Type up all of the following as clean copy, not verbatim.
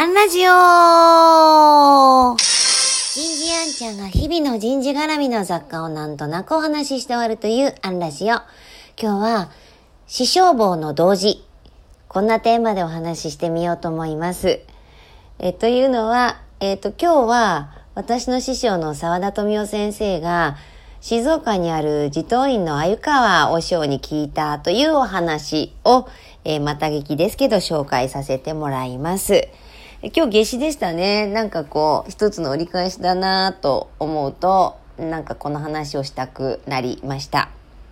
アンラジオ。人事アンちゃんが日々の人事絡みの雑貨をなんとなくお話しして終わるというアンラジオ。今日は師匠坊の同時、こんなテーマでお話ししてみようと思います。というのは、今日は私の師匠の沢田富夫先生が静岡にある地頭院の鮎川和尚に聞いたというお話を、また聞きですけど紹介させてもらいます。今日夏至でしたね。なんか一つの折り返しだなと思うと、なんかこの話をしたくなりました。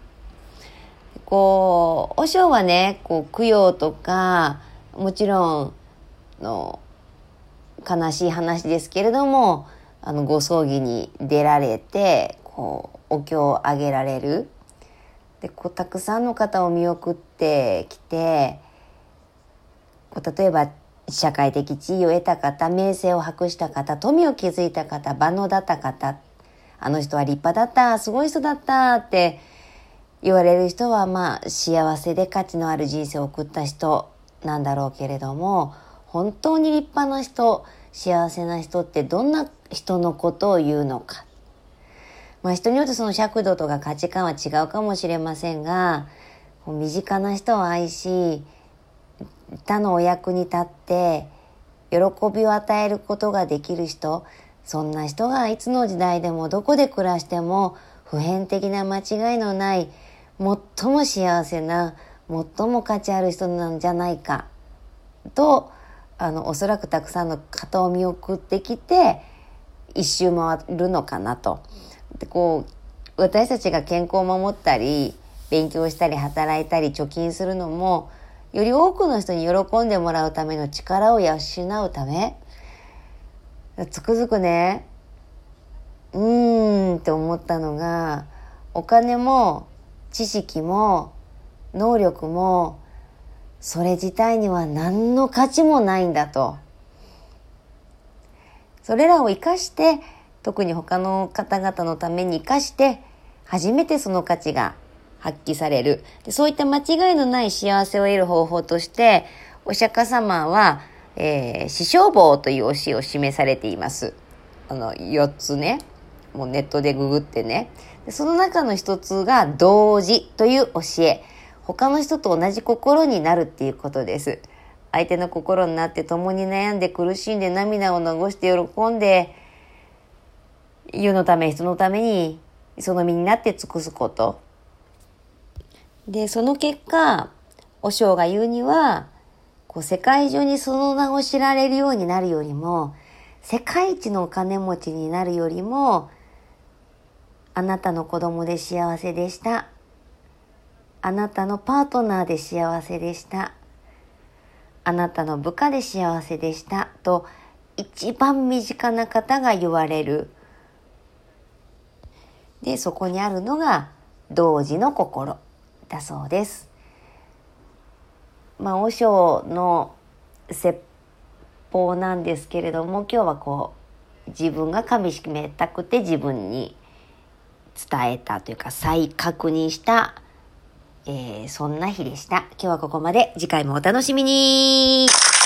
和尚はね、供養とか、もちろん悲しい話ですけれども、ご葬儀に出られて、お経をあげられる。で、たくさんの方を見送ってきて、例えば、社会的地位を得た方、名声を博した方、富を築いた方、万能だった方、あの人は立派だった、すごい人だったって言われる人は、幸せで価値のある人生を送った人なんだろうけれども、本当に立派な人、幸せな人ってどんな人のことを言うのか。人によってその尺度とか価値観は違うかもしれませんが、身近な人を愛し、他のお役に立って喜びを与えることができる人、そんな人がいつの時代でもどこで暮らしても普遍的な間違いのない最も幸せな最も価値ある人なんじゃないかと、おそらくたくさんの方を見送ってきて一周回るのかなと。で私たちが健康を守ったり勉強したり働いたり貯金するのも、より多くの人に喜んでもらうための力を養うため、つくづくね、って思ったのが、お金も知識も能力もそれ自体には何の価値もないんだと。それらを生かして、特に他の方々のために生かして初めてその価値が発揮される。で、そういった間違いのない幸せを得る方法として、お釈迦様は、師匠坊という教えを示されています。4つね、もうネットでググってね。で、その中の一つが同時という教え。他の人と同じ心になるっていうことです。相手の心になって共に悩んで苦しんで涙を流して喜んで、世のため人のためにその身になって尽くすこと。で、その結果、和尚が言うには、世界中にその名を知られるようになるよりも、世界一のお金持ちになるよりも、あなたの子供で幸せでした。あなたのパートナーで幸せでした。あなたの部下で幸せでした。と、一番身近な方が言われる。で、そこにあるのが、同時の心だそうです。和尚の説法なんですけれども、今日は自分が噛み締めたくて自分に伝えたというか再確認した、そんな日でした。今日はここまで。次回もお楽しみに。